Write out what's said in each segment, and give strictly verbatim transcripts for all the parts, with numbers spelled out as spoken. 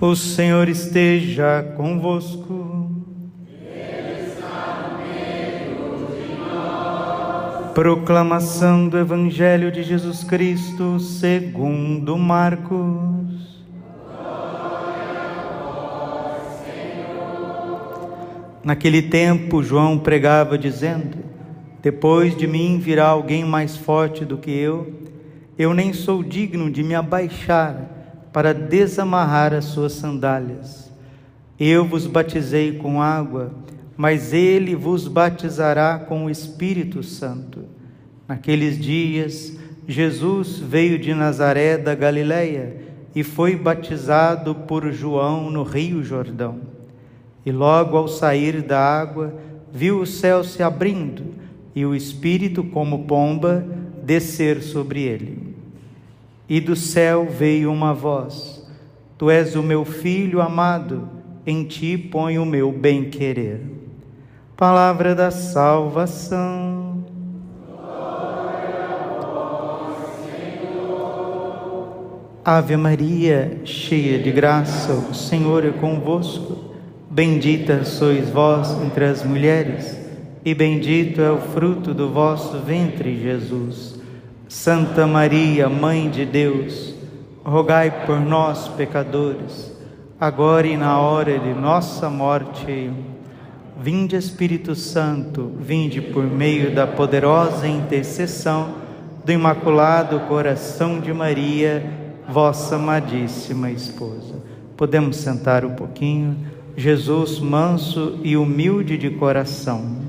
O Senhor esteja convosco. Ele está no meio de nós. Proclamação do Evangelho de Jesus Cristo segundo Marcos. Glória a vós, Senhor. Naquele tempo, João pregava dizendo: depois de mim virá alguém mais forte do que eu, eu nem sou digno de me abaixar para desamarrar as suas sandálias. Eu vos batizei com água, mas ele vos batizará com o Espírito Santo. Naqueles dias, Jesus veio de Nazaré da Galileia e foi batizado por João no Rio Jordão. E logo ao sair da água, viu o céu se abrindo e o Espírito, como pomba, descer sobre ele. E do céu veio uma voz: Tu és o meu Filho amado, em ti ponho o meu bem-querer. Palavra da salvação. Glória a vós, Senhor. Ave Maria, cheia de graça, o Senhor é convosco. Bendita sois vós entre as mulheres, e bendito é o fruto do vosso ventre, Jesus. Santa Maria, Mãe de Deus, rogai por nós, pecadores, agora e na hora de nossa morte. Vinde, Espírito Santo, vinde por meio da poderosa intercessão do Imaculado Coração de Maria, vossa amadíssima esposa. Podemos sentar um pouquinho? Jesus, manso e humilde de coração.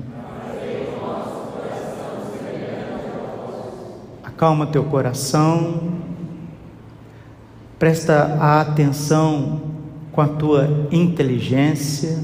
Acalma teu coração, presta a atenção com a tua inteligência,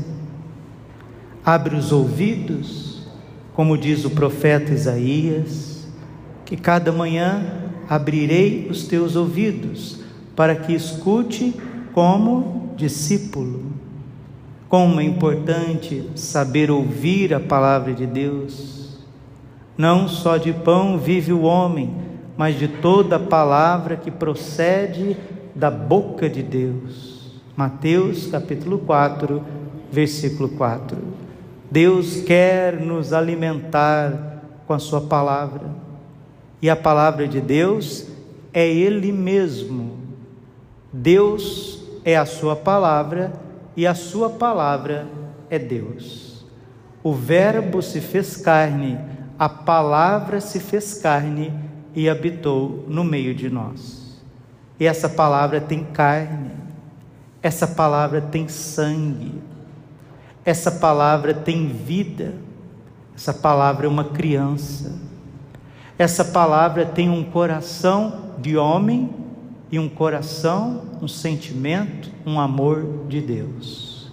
abre os ouvidos, como diz o profeta Isaías, que cada manhã abrirei os teus ouvidos, para que escute como discípulo. Como é importante saber ouvir a palavra de Deus. Não só de pão vive o homem, mas de toda a palavra que procede da boca de Deus. Mateus capítulo quatro, versículo quatro. Deus quer nos alimentar com a sua palavra, e a palavra de Deus é Ele mesmo. Deus é a sua palavra, e a sua palavra é Deus. O Verbo se fez carne, a palavra se fez carne e habitou no meio de nós. E essa palavra tem carne, essa palavra tem sangue, essa palavra tem vida, essa palavra é uma criança, essa palavra tem um coração de homem e um coração, um sentimento, um amor de Deus.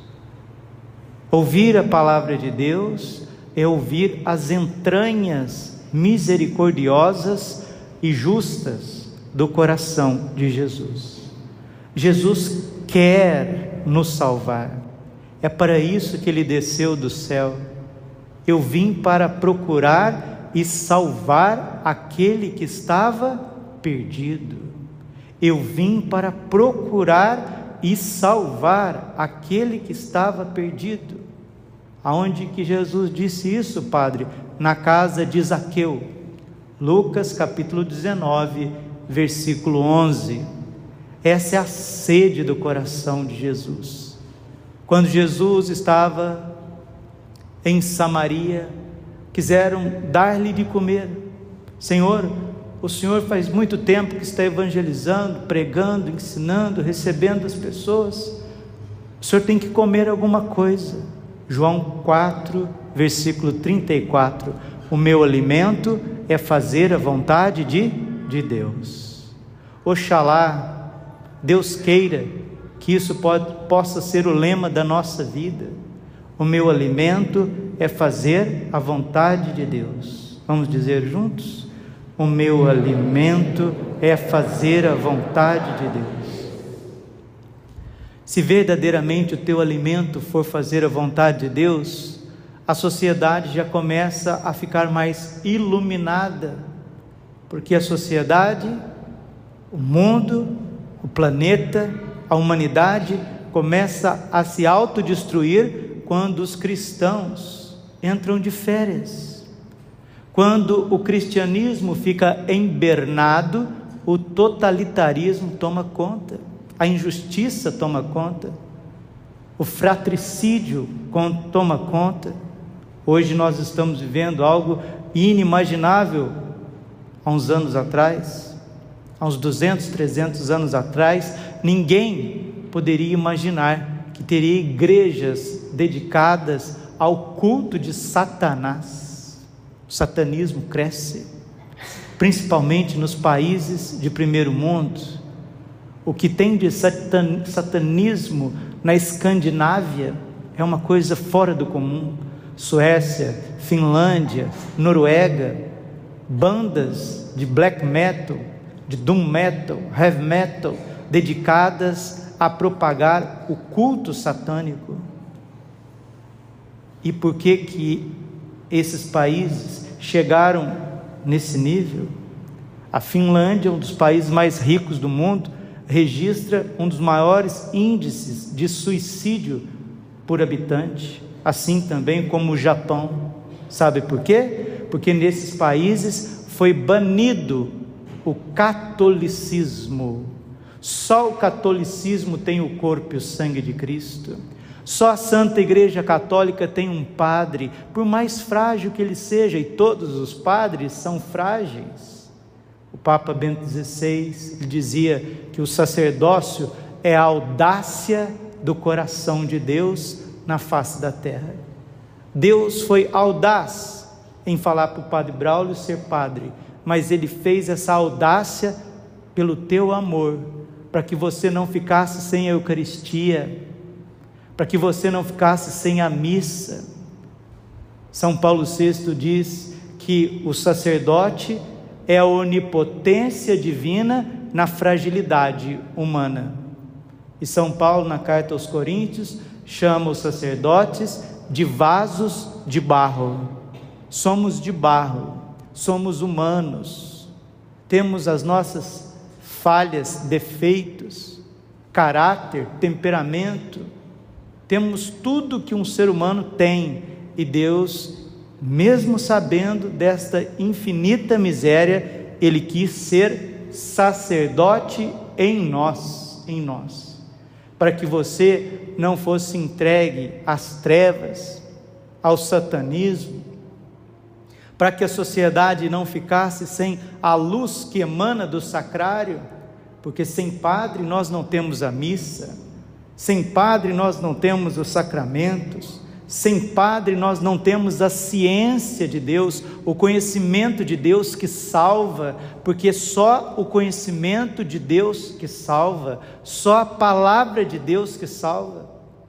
Ouvir a palavra de Deus é ouvir as entranhas misericordiosas e justas do coração de Jesus. Jesus quer nos salvar. É para isso que Ele desceu do céu. Eu vim para procurar e salvar aquele que estava perdido. Eu vim para procurar e salvar aquele que estava perdido. Aonde que Jesus disse isso, Padre? Na casa de Zaqueu. Lucas capítulo dezenove, versículo onze. Essa é a sede do coração de Jesus. Quando Jesus estava em Samaria, quiseram dar-lhe de comer. Senhor, o Senhor faz muito tempo que está evangelizando, pregando, ensinando, recebendo as pessoas. O Senhor tem que comer alguma coisa. João quatro, versículo trinta e quatro. O meu alimento é fazer a vontade de, de Deus. Oxalá Deus queira que isso pode, possa ser o lema da nossa vida. O meu alimento é fazer a vontade de Deus. Vamos dizer juntos? O meu alimento é fazer a vontade de Deus. Se verdadeiramente o teu alimento for fazer a vontade de Deus, a sociedade já começa a ficar mais iluminada, porque a sociedade, o mundo, o planeta, a humanidade começa a se autodestruir quando os cristãos entram de férias. Quando o cristianismo fica embernado, o totalitarismo toma conta, a injustiça toma conta, o fratricídio toma conta. Hoje nós estamos vivendo algo inimaginável há uns anos atrás, há uns duzentos, trezentos anos atrás, ninguém poderia imaginar que teria igrejas dedicadas ao culto de Satanás. O satanismo cresce, principalmente nos países de primeiro mundo. O que tem de satan, satanismo na Escandinávia é uma coisa fora do comum. Suécia, Finlândia, Noruega, bandas de black metal, de doom metal, heavy metal, dedicadas a propagar o culto satânico. E por que que esses países chegaram nesse nível? A Finlândia, um dos países mais ricos do mundo, registra um dos maiores índices de suicídio por habitante, assim também como o Japão. Sabe por quê? Porque nesses países foi banido o catolicismo. Só o catolicismo tem o corpo e o sangue de Cristo. Só a Santa Igreja Católica tem um padre, por mais frágil que ele seja, e todos os padres são frágeis. O Papa Bento dezesseis dizia que o sacerdócio é a audácia do coração de Deus na face da terra. Deus foi audaz em falar para o Padre Braulio ser padre, mas ele fez essa audácia pelo teu amor, para que você não ficasse sem a Eucaristia, para que você não ficasse sem a missa. São Paulo sexto diz que o sacerdote é a onipotência divina na fragilidade humana. E São Paulo, na carta aos Coríntios, chama os sacerdotes de vasos de barro. Somos de barro, somos humanos, temos as nossas falhas, defeitos, caráter, temperamento, temos tudo que um ser humano tem, e Deus, mesmo sabendo desta infinita miséria, Ele quis ser sacerdote em nós, em nós, para que você não fosse entregue às trevas, ao satanismo, para que a sociedade não ficasse sem a luz que emana do sacrário, porque sem padre nós não temos a missa, sem padre nós não temos os sacramentos, sem padre nós não temos a ciência de Deus, o conhecimento de Deus que salva, porque só o conhecimento de Deus que salva, só a palavra de Deus que salva.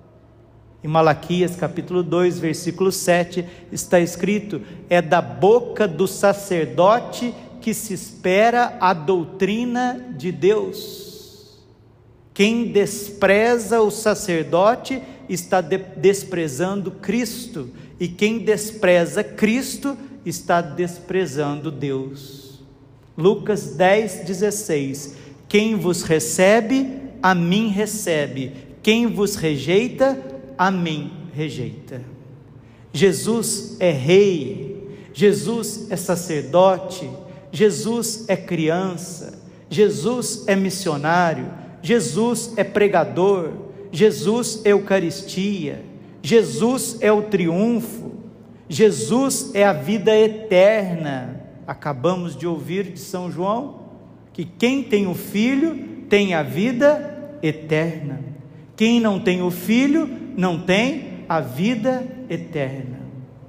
Em Malaquias capítulo dois, versículo sete, está escrito: é da boca do sacerdote que se espera a doutrina de Deus. Quem despreza o sacerdote está de- desprezando Cristo, e quem despreza Cristo está desprezando Deus. Lucas dez, dezesseis: quem vos recebe, a mim recebe, quem vos rejeita, a mim rejeita. Jesus é rei, Jesus é sacerdote, Jesus é criança, Jesus é missionário, Jesus é pregador, Jesus é Eucaristia, Jesus é o triunfo, Jesus é a vida eterna. Acabamos de ouvir de São João que quem tem o Filho tem a vida eterna. Quem não tem o Filho não tem a vida eterna.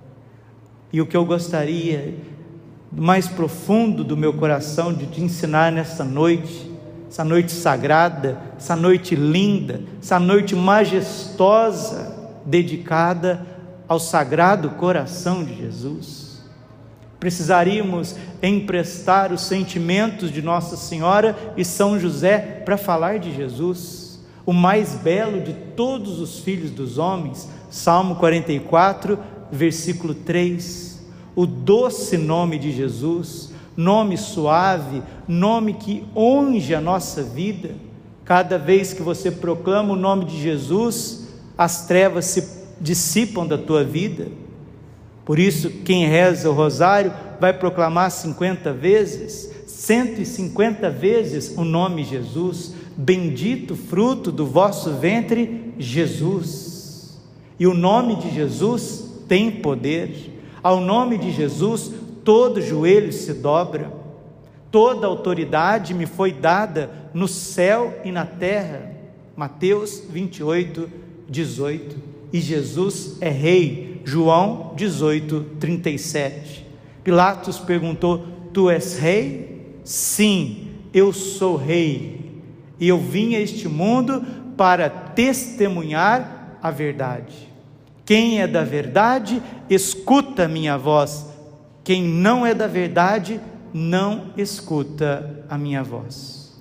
E o que eu gostaria, do mais profundo do meu coração, de te ensinar nesta noite, essa noite sagrada, essa noite linda, essa noite majestosa, dedicada ao Sagrado Coração de Jesus. Precisaríamos emprestar os sentimentos de Nossa Senhora e São José para falar de Jesus, o mais belo de todos os filhos dos homens. Salmo quarenta e quatro, versículo três, o doce nome de Jesus, nome suave, nome que unge a nossa vida. Cada vez que você proclama o nome de Jesus, as trevas se dissipam da tua vida. Por isso, quem reza o rosário vai proclamar cinquenta vezes, cento e cinquenta vezes o nome Jesus. Bendito fruto do vosso ventre, Jesus. E o nome de Jesus tem poder. Ao nome de Jesus, todo joelho se dobra. Toda autoridade me foi dada no céu e na terra. Mateus vinte e oito, dezoito. E Jesus é rei. João dezoito, trinta e sete. Pilatos perguntou: tu és rei? Sim, eu sou rei. E eu vim a este mundo para testemunhar a verdade. Quem é da verdade, escuta a minha voz. Quem não é da verdade, não escuta a minha voz.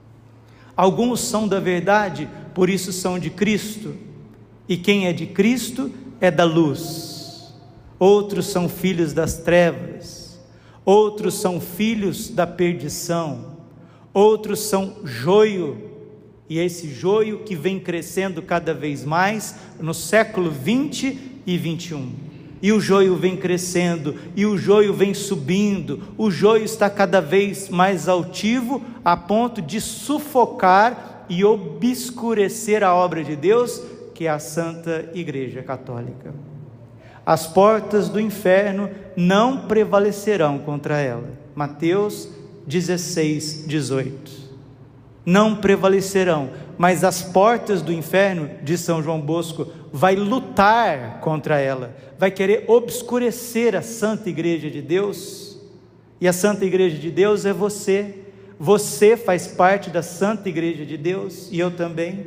Alguns são da verdade, por isso são de Cristo. E quem é de Cristo é da luz. Outros são filhos das trevas. Outros são filhos da perdição. Outros são joio. E esse joio que vem crescendo cada vez mais no século vinte e vinte e um. E o joio vem crescendo, e o joio vem subindo, o joio está cada vez mais altivo, a ponto de sufocar e obscurecer a obra de Deus, que é a Santa Igreja Católica. As portas do inferno não prevalecerão contra ela. Mateus dezesseis, dezoito. Não prevalecerão, mas as portas do inferno, diz São João Bosco, vai lutar contra ela, vai querer obscurecer a Santa Igreja de Deus. E a Santa Igreja de Deus é você. Você faz parte da Santa Igreja de Deus, e eu também.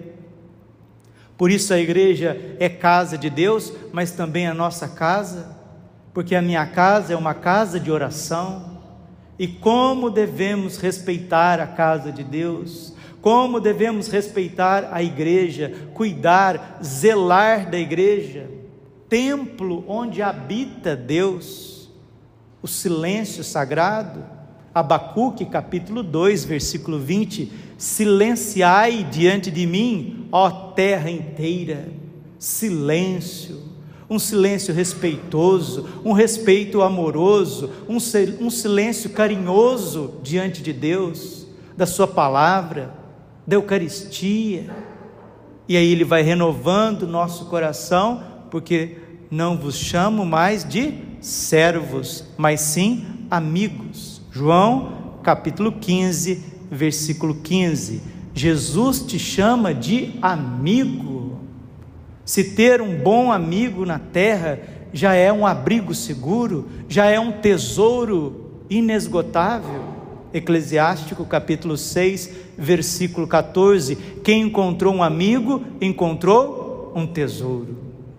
Por isso a igreja é casa de Deus, mas também a nossa casa, porque a minha casa é uma casa de oração. E como devemos respeitar a casa de Deus, como devemos respeitar a igreja, cuidar, zelar da igreja, templo onde habita Deus, o silêncio sagrado. Abacuque capítulo dois, versículo vinte, silenciai diante de mim, ó terra inteira. Silêncio, um silêncio respeitoso, um respeito amoroso, um, um silêncio carinhoso diante de Deus, da sua palavra, da Eucaristia. E aí ele vai renovando o nosso coração, porque não vos chamo mais de servos, mas sim amigos. João capítulo quinze, versículo quinze. Jesus te chama de amigo. Se ter um bom amigo na terra já é um abrigo seguro, já é um tesouro inesgotável. Eclesiástico capítulo seis, versículo quatorze. Quem encontrou um amigo, encontrou um tesouro.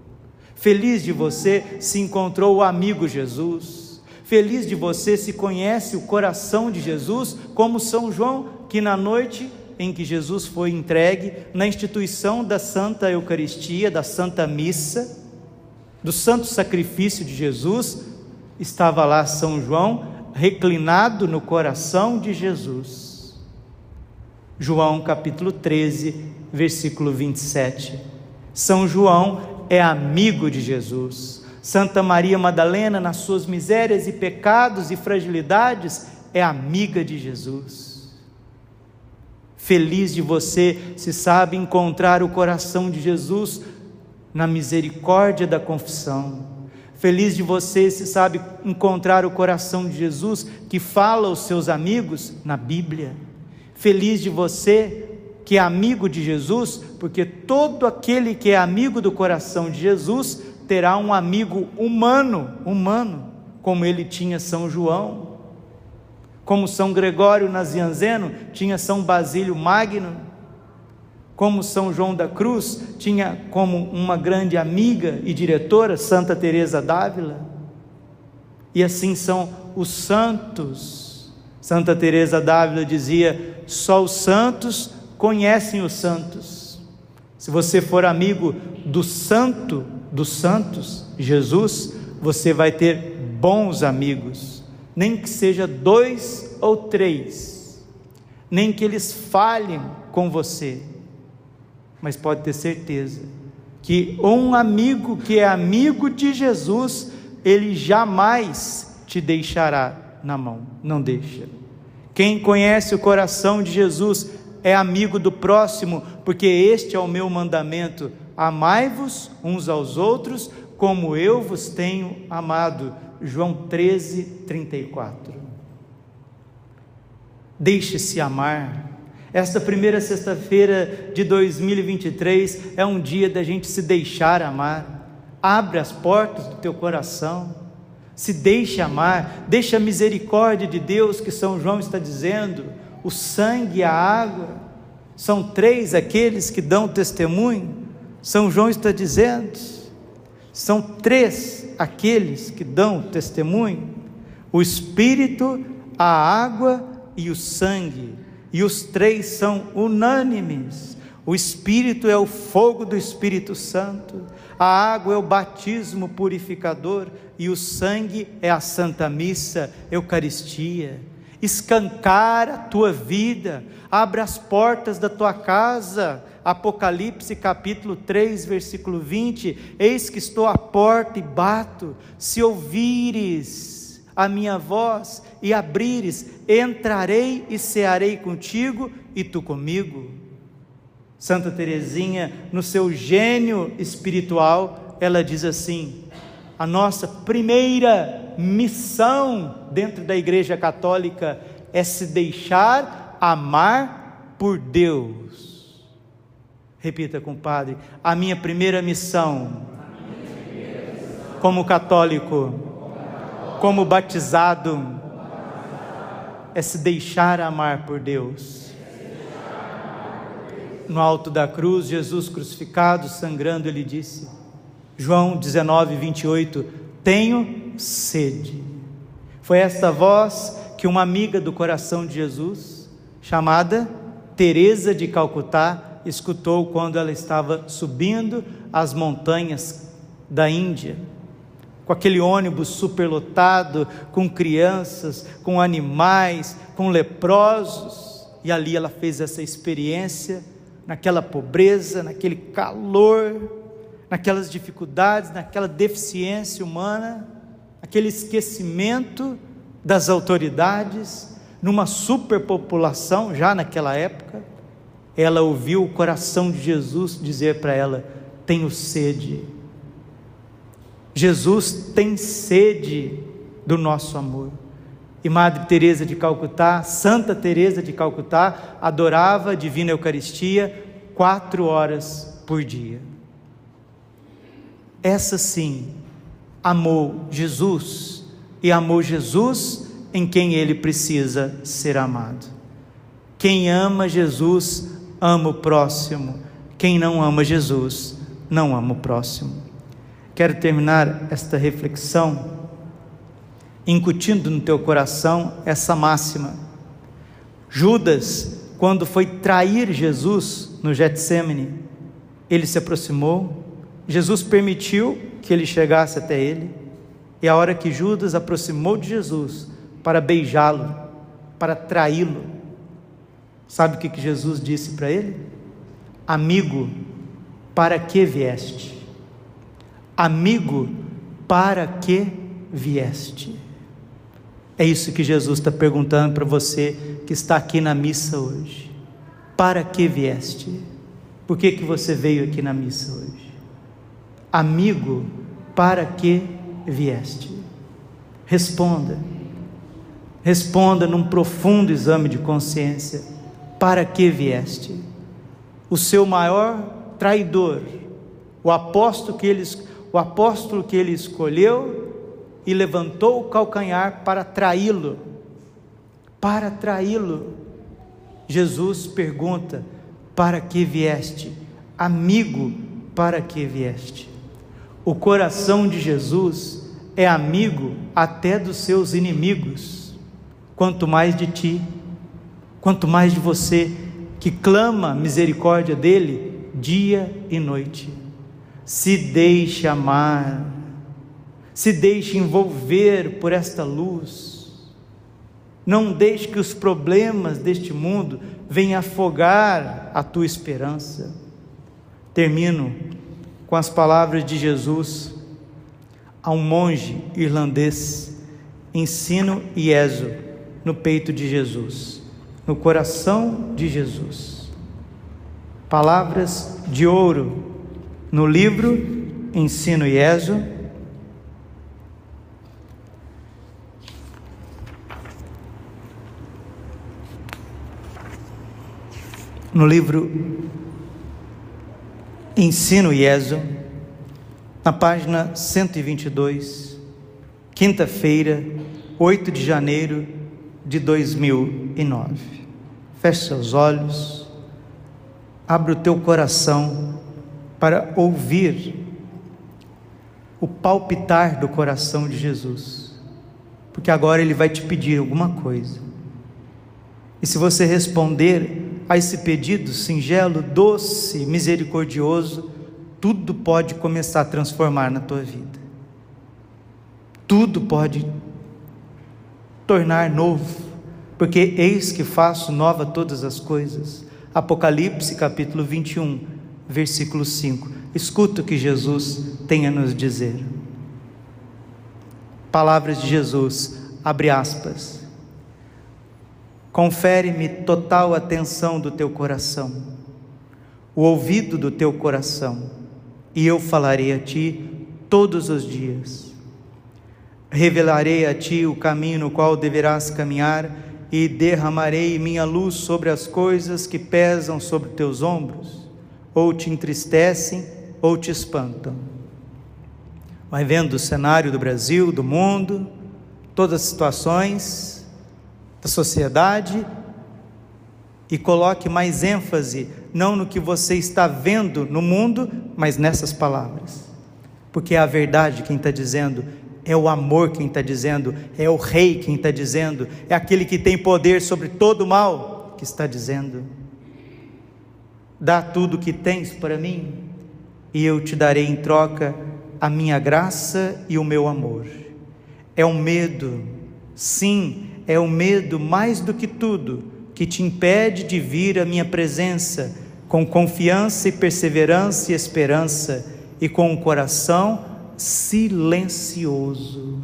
Feliz de você se encontrou o amigo Jesus. Feliz de você se conhece o coração de Jesus, como São João, que na noite em que Jesus foi entregue, na instituição da Santa Eucaristia, da Santa Missa, do Santo Sacrifício de Jesus, estava lá São João, reclinado no coração de Jesus. João capítulo treze, versículo vinte e sete. São João é amigo de Jesus. Santa Maria Madalena, nas suas misérias e pecados e fragilidades, é amiga de Jesus. Feliz de você se sabe encontrar o coração de Jesus na misericórdia da confissão. Feliz de você se sabe encontrar o coração de Jesus que fala aos seus amigos na Bíblia. Feliz de você que é amigo de Jesus, porque todo aquele que é amigo do coração de Jesus terá um amigo humano, humano, como ele tinha São João, como São Gregório Nazianzeno tinha São Basílio Magno, como São João da Cruz tinha como uma grande amiga e diretora Santa Teresa d'Ávila. E assim são os santos. Santa Teresa d'Ávila dizia: só os santos conhecem os santos. Se você for amigo do santo dos santos, Jesus, você vai ter bons amigos, nem que seja dois ou três. nem que eles falhem com você, mas pode ter certeza que um amigo que é amigo de Jesus, ele jamais te deixará na mão, não deixa. Quem conhece o coração de Jesus é amigo do próximo, porque este é o meu mandamento: amai-vos uns aos outros como eu vos tenho amado. João treze, trinta e quatro. Deixe-se amar. Esta primeira sexta-feira de dois mil e vinte e três é um dia da gente se deixar amar. Abre as portas do teu coração, se deixe amar, deixa a misericórdia de Deus, que São João está dizendo, o sangue e a água, são três aqueles que dão testemunho. São João está dizendo, são três aqueles que dão testemunho: o Espírito, a água e o sangue, e os três são unânimes. O Espírito é o fogo do Espírito Santo, a água é o batismo purificador, e o sangue é a Santa Missa, Eucaristia. Escancara a tua vida, abre as portas da tua casa. Apocalipse capítulo três, versículo vinte: eis que estou à porta e bato, se ouvires a minha voz e abrires, entrarei e cearei contigo e tu comigo. Santa Teresinha, no seu gênio espiritual, ela diz assim: a nossa primeira missão dentro da Igreja Católica é se deixar amar por Deus. Repita, compadre: a minha primeira missão, como católico, como batizado, é se deixar amar por Deus. No alto da cruz, Jesus crucificado, sangrando, ele disse, João dezenove, vinte e oito: tenho sede. Foi esta voz que uma amiga do coração de Jesus, chamada Teresa de Calcutá, escutou quando ela estava subindo as montanhas da Índia, com aquele ônibus superlotado, com crianças, com animais, com leprosos, e ali ela fez essa experiência, naquela pobreza, naquele calor, naquelas dificuldades, naquela deficiência humana, aquele esquecimento das autoridades, numa superpopulação já naquela época. Ela ouviu o coração de Jesus dizer para ela: tenho sede. Jesus tem sede do nosso amor. E Madre Teresa de Calcutá, Santa Teresa de Calcutá, adorava a Divina Eucaristia quatro horas por dia. Essa sim amou Jesus, e amou Jesus em quem ele precisa ser amado. Quem ama Jesus ama o próximo, quem não ama Jesus não ama o próximo. Quero terminar esta reflexão incutindo no teu coração essa máxima. Judas, quando foi trair Jesus no Getsêmani, ele se aproximou, Jesus permitiu que ele chegasse até ele, e a hora que Judas aproximou de Jesus para beijá-lo, para traí-lo, sabe o que que Jesus disse para ele? Amigo, para que vieste? Amigo, para que vieste? É isso que Jesus está perguntando para você que está aqui na missa hoje. Para que vieste? Por que que você veio aqui na missa hoje? Amigo, para que vieste? Responda. Responda num profundo exame de consciência. Para que vieste? O seu maior traidor, o apóstolo que ele, o apóstolo que ele escolheu e levantou o calcanhar para traí-lo, para traí-lo. Jesus pergunta: para que vieste? Amigo, para que vieste? O coração de Jesus é amigo até dos seus inimigos, quanto mais de ti, quanto mais de você, que clama a misericórdia dele dia e noite. Se deixe amar, se deixe envolver por esta luz, Não deixe que os problemas deste mundo venham afogar a tua esperança. Termino com as palavras de Jesus a um monge irlandês. Ensino Ieso no peito de Jesus, no coração de Jesus. Palavras de ouro no livro Ensino Ieso, no livro Ensino Ieso, na página cento e vinte e dois, quinta-feira, oito de janeiro de dois mil e nove. Feche seus olhos, abre o teu coração para ouvir o palpitar do coração de Jesus, porque agora Ele vai te pedir alguma coisa, e se você responder a esse pedido singelo, doce, misericordioso, tudo pode começar a transformar na tua vida, tudo pode tornar novo, porque eis que faço nova todas as coisas. Apocalipse capítulo vinte e um, versículo cinco. Escuta o que Jesus tem a nos dizer. Palavras de Jesus, abre aspas. Confere-me total atenção do teu coração, o ouvido do teu coração, e eu falarei a ti todos os dias. Revelarei a ti o caminho no qual deverás caminhar, e derramarei minha luz sobre as coisas que pesam sobre teus ombros, ou te entristecem, ou te espantam. Vai vendo o cenário do Brasil, do mundo, todas as situações da sociedade, e coloque mais ênfase, não no que você está vendo no mundo, mas nessas palavras, porque é a verdade quem está dizendo, é o amor quem está dizendo, é o Rei quem está dizendo, é aquele que tem poder sobre todo o mal que está dizendo. Dá tudo o que tens para mim, e eu te darei em troca a minha graça e o meu amor. É um medo, sim, é um medo mais do que tudo, que te impede de vir à minha presença, com confiança e perseverança e esperança, e com um coração silencioso.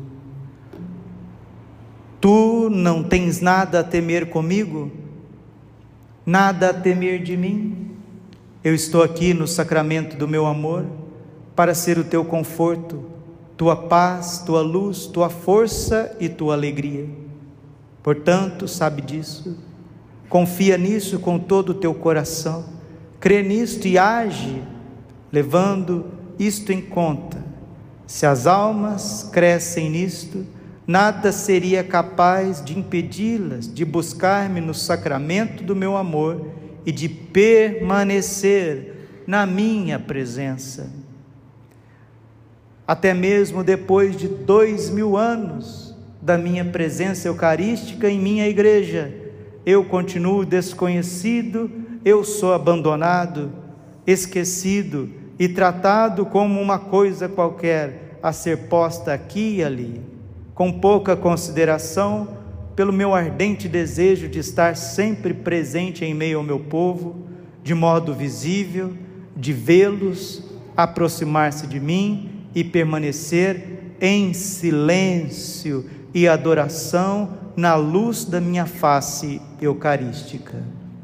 Tu não tens nada a temer comigo? Nada a temer de mim? Eu estou aqui no sacramento do meu amor, para ser o teu conforto, tua paz, tua luz, tua força e tua alegria. Portanto, sabe disso, confia nisso com todo o teu coração, crê nisto e age, levando isto em conta. Se as almas crescem nisto, nada seria capaz de impedi-las de buscar-me no sacramento do meu amor e de permanecer na minha presença. Até mesmo depois de dois mil anos da minha presença eucarística em minha igreja, eu continuo desconhecido, eu sou abandonado, esquecido e tratado como uma coisa qualquer, a ser posta aqui e ali, com pouca consideração pelo meu ardente desejo de estar sempre presente em meio ao meu povo, de modo visível, de vê-los, aproximar-se de mim e permanecer em silêncio e adoração na luz da minha face eucarística.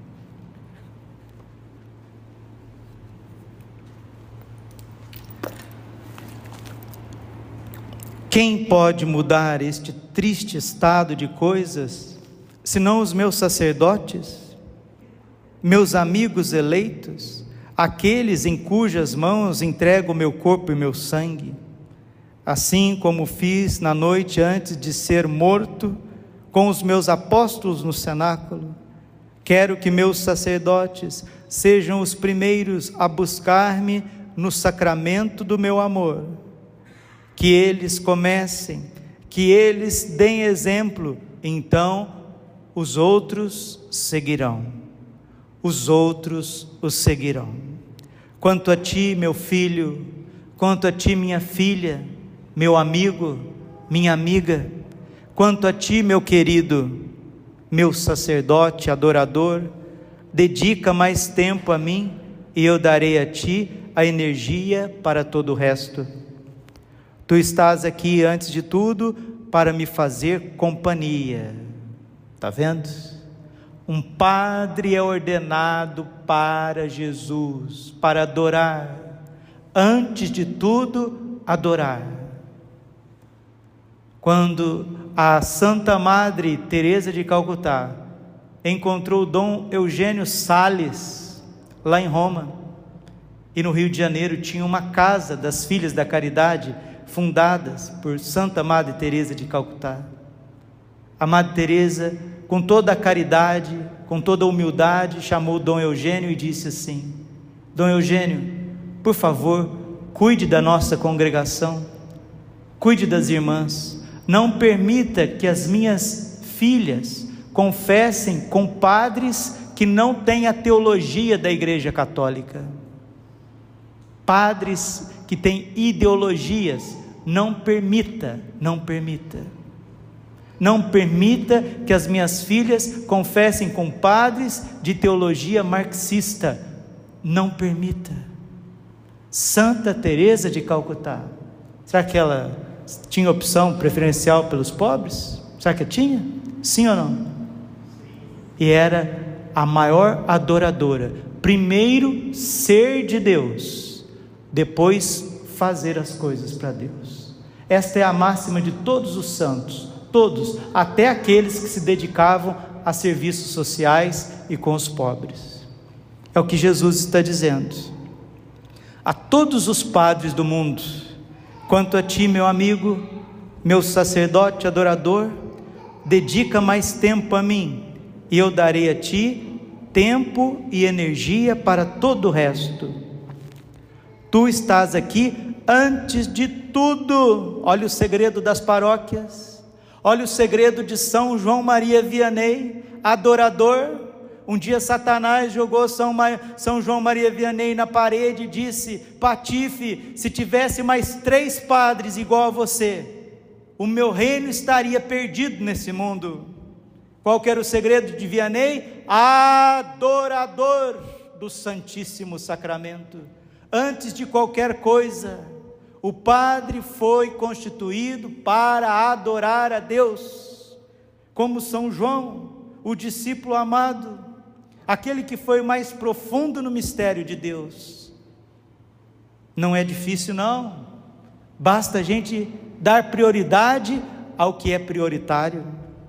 Quem pode mudar este triste estado de coisas, senão os meus sacerdotes, meus amigos eleitos, aqueles em cujas mãos entrego o meu corpo e meu sangue? Assim como fiz na noite antes de ser morto, com os meus apóstolos no cenáculo, quero que meus sacerdotes sejam os primeiros a buscar-me no sacramento do meu amor. Que eles comecem, que eles deem exemplo, então os outros seguirão, os outros os seguirão. Quanto a ti, meu filho, quanto a ti, minha filha, meu amigo, minha amiga, quanto a ti, meu querido, meu sacerdote adorador, dedica mais tempo a mim e eu darei a ti a energia para todo o resto. Tu estás aqui antes de tudo para me fazer companhia. Está vendo? Um padre é ordenado para Jesus, para adorar. Antes de tudo, adorar. Quando a Santa Madre Teresa de Calcutá encontrou Dom Eugênio Salles, lá em Roma, e no Rio de Janeiro tinha uma casa das Filhas da Caridade, fundadas por Santa Madre Teresa de Calcutá. A Madre Teresa, com toda a caridade, com toda a humildade, chamou Dom Eugênio e disse assim: Dom Eugênio, por favor, cuide da nossa congregação, cuide das irmãs, não permita que as minhas filhas confessem com padres que não têm a teologia da Igreja Católica. Padres que têm ideologias, não permita, não permita. Não permita que as minhas filhas confessem com padres de teologia marxista. Não permita. Santa Teresa de Calcutá, será que ela tinha opção preferencial pelos pobres? Será que tinha? Sim ou não? E era a maior adoradora. Primeiro ser de Deus, depois fazer as coisas para Deus. Esta é a máxima de todos os santos. Todos, até aqueles que se dedicavam a serviços sociais e com os pobres. É o que Jesus está dizendo a todos os padres do mundo: quanto a ti, meu amigo, meu sacerdote adorador, dedica mais tempo a mim, e eu darei a ti tempo e energia para todo o resto. Tu estás aqui antes de tudo. Olha o segredo das paróquias. Olha o segredo de São João Maria Vianney, adorador. Um dia Satanás jogou São, Ma... São João Maria Vianney na parede e disse: Patife, se tivesse mais três padres igual a você, o meu reino estaria perdido nesse mundo. Qual que era o segredo de Vianney? Adorador do Santíssimo Sacramento. Antes de qualquer coisa, o padre foi constituído para adorar a Deus, como São João, o discípulo amado, aquele que foi mais profundo no mistério de Deus. Não é difícil não, basta a gente dar prioridade ao que é prioritário.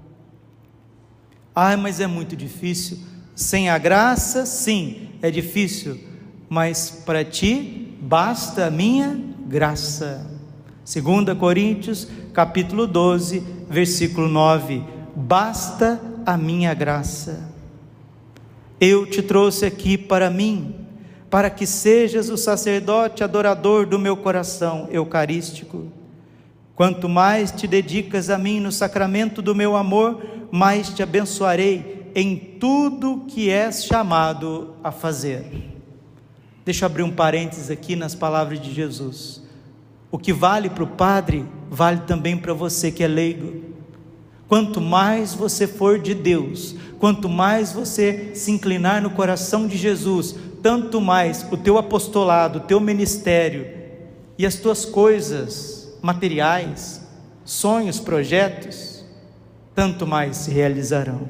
Ah, mas é muito difícil. Sem a graça, sim, é difícil, mas para ti basta a minha graça. Segunda Coríntios, capítulo doze, versículo nove. Basta a minha graça. Eu te trouxe aqui para mim, para que sejas o sacerdote adorador do meu coração eucarístico. Quanto mais te dedicas a mim no sacramento do meu amor, mais te abençoarei em tudo que és chamado a fazer. Deixa eu abrir um parênteses aqui nas palavras de Jesus. O que vale para o padre, vale também para você que é leigo. Quanto mais você for de Deus, quanto mais você se inclinar no coração de Jesus, tanto mais o teu apostolado, o teu ministério e as tuas coisas materiais, sonhos, projetos, tanto mais se realizarão.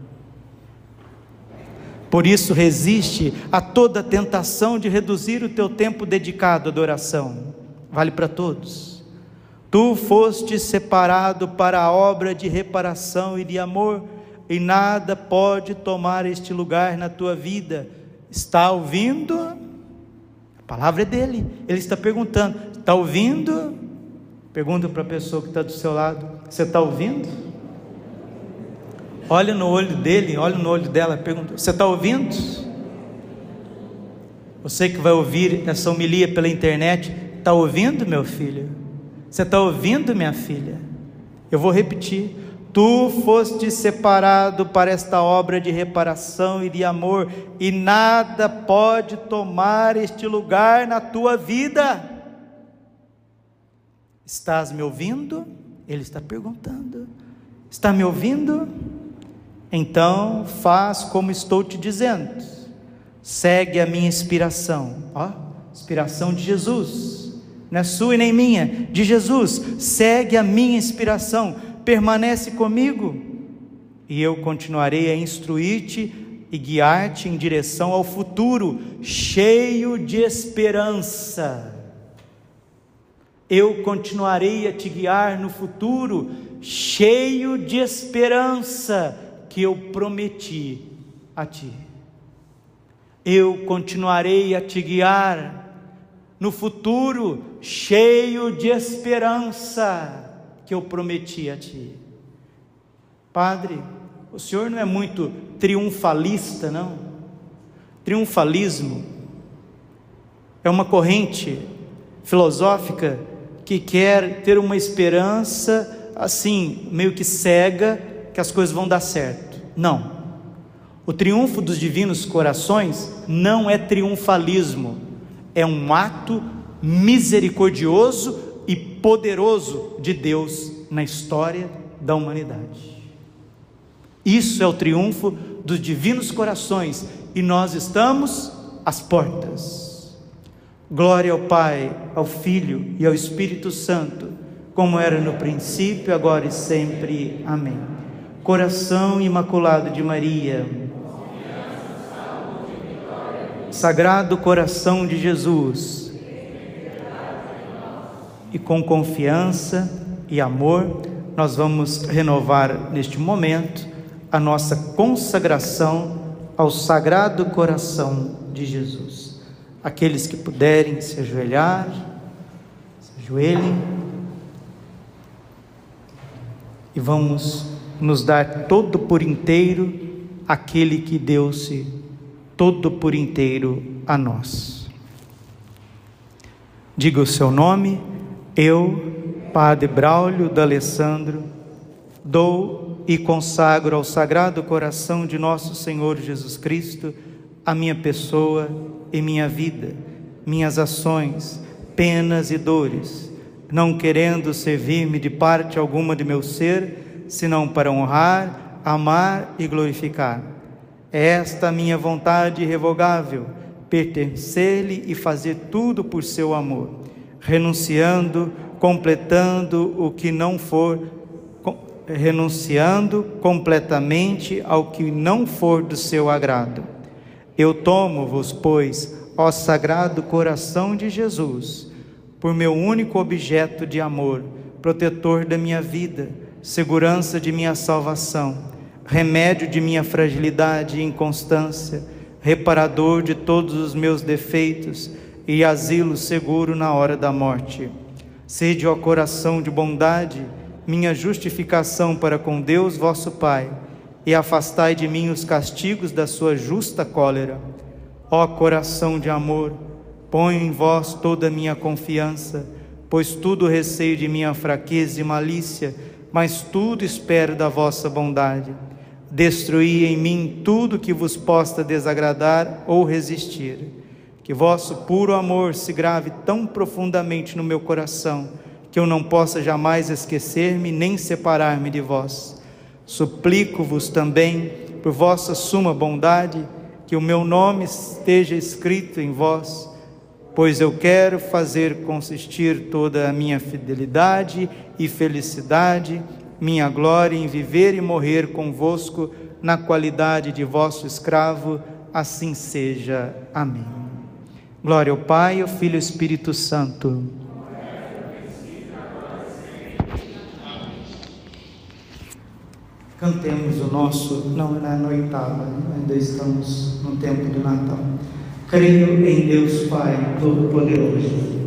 Por isso resiste a toda tentação de reduzir o teu tempo dedicado à adoração. Vale para todos. Tu foste separado para a obra de reparação e de amor, e nada pode tomar este lugar na tua vida. Está ouvindo? A palavra é dele. Ele está perguntando: está ouvindo? Pergunta para a pessoa que está do seu lado: você está ouvindo? Olha no olho dele, olha no olho dela, pergunta: você está ouvindo? Você que vai ouvir essa homilia pela internet, está ouvindo, meu filho? Você está ouvindo, minha filha? Eu vou repetir: tu foste separado para esta obra de reparação e de amor, e nada pode tomar este lugar na tua vida. Estás me ouvindo? Ele está perguntando. Está me ouvindo? Então faz como estou te dizendo, segue a minha inspiração. Ó, inspiração de Jesus, não é sua e nem minha, de Jesus. Segue a minha inspiração, permanece comigo, e eu continuarei a instruir-te e guiar-te em direção ao futuro, cheio de esperança. Eu continuarei a te guiar no futuro, cheio de esperança, que eu prometi a ti. Eu continuarei a te guiar no futuro, cheio de esperança, que eu prometi a ti. Padre, o senhor não é muito triunfalista, não? Triunfalismo é uma corrente filosófica que quer ter uma esperança assim, meio que cega, que as coisas vão dar certo. Não. O triunfo dos divinos corações não é triunfalismo, é um ato misericordioso e poderoso de Deus na história da humanidade. Isso é o triunfo dos divinos corações, e nós estamos às portas. Glória ao Pai, ao Filho e ao Espírito Santo, como era no princípio, agora e sempre. Amém. Coração imaculado de Maria, Sagrado Coração de Jesus, e com confiança e amor, nós vamos renovar neste momento a nossa consagração ao Sagrado Coração de Jesus. Aqueles que puderem se ajoelhar, se ajoelhem, e vamos nos dar todo por inteiro aquele que deu-se todo por inteiro a nós. Diga o seu nome. Eu, Padre Braulio D'Alessandro, dou e consagro ao Sagrado Coração de nosso Senhor Jesus Cristo a minha pessoa e minha vida, minhas ações, penas e dores, não querendo servir-me de parte alguma de meu ser, senão para honrar, amar e glorificar. É esta a minha vontade irrevogável, pertencer-lhe e fazer tudo por seu amor, renunciando, completando o que não for, renunciando completamente ao que não for do seu agrado. Eu tomo-vos, pois, ó Sagrado Coração de Jesus, por meu único objeto de amor, protetor da minha vida, segurança de minha salvação, remédio de minha fragilidade e inconstância, reparador de todos os meus defeitos e asilo seguro na hora da morte. Sede, ó coração de bondade, minha justificação para com Deus vosso Pai, e afastai de mim os castigos da sua justa cólera. Ó coração de amor, ponho em vós toda a minha confiança, pois tudo receio de minha fraqueza e malícia, mas tudo espero da vossa bondade. Destruí em mim tudo que vos possa desagradar ou resistir. Que vosso puro amor se grave tão profundamente no meu coração, que eu não possa jamais esquecer-me nem separar-me de vós. Suplico-vos também, por vossa suma bondade, que o meu nome esteja escrito em vós, pois eu quero fazer consistir toda a minha fidelidade e felicidade, minha glória em viver e morrer convosco na qualidade de vosso escravo, assim seja. Amém. Glória ao Pai, ao Filho e ao Espírito Santo. Cantemos o nosso, não é na oitava, ainda estamos no tempo do Natal. Creio em Deus Pai Todo-Poderoso,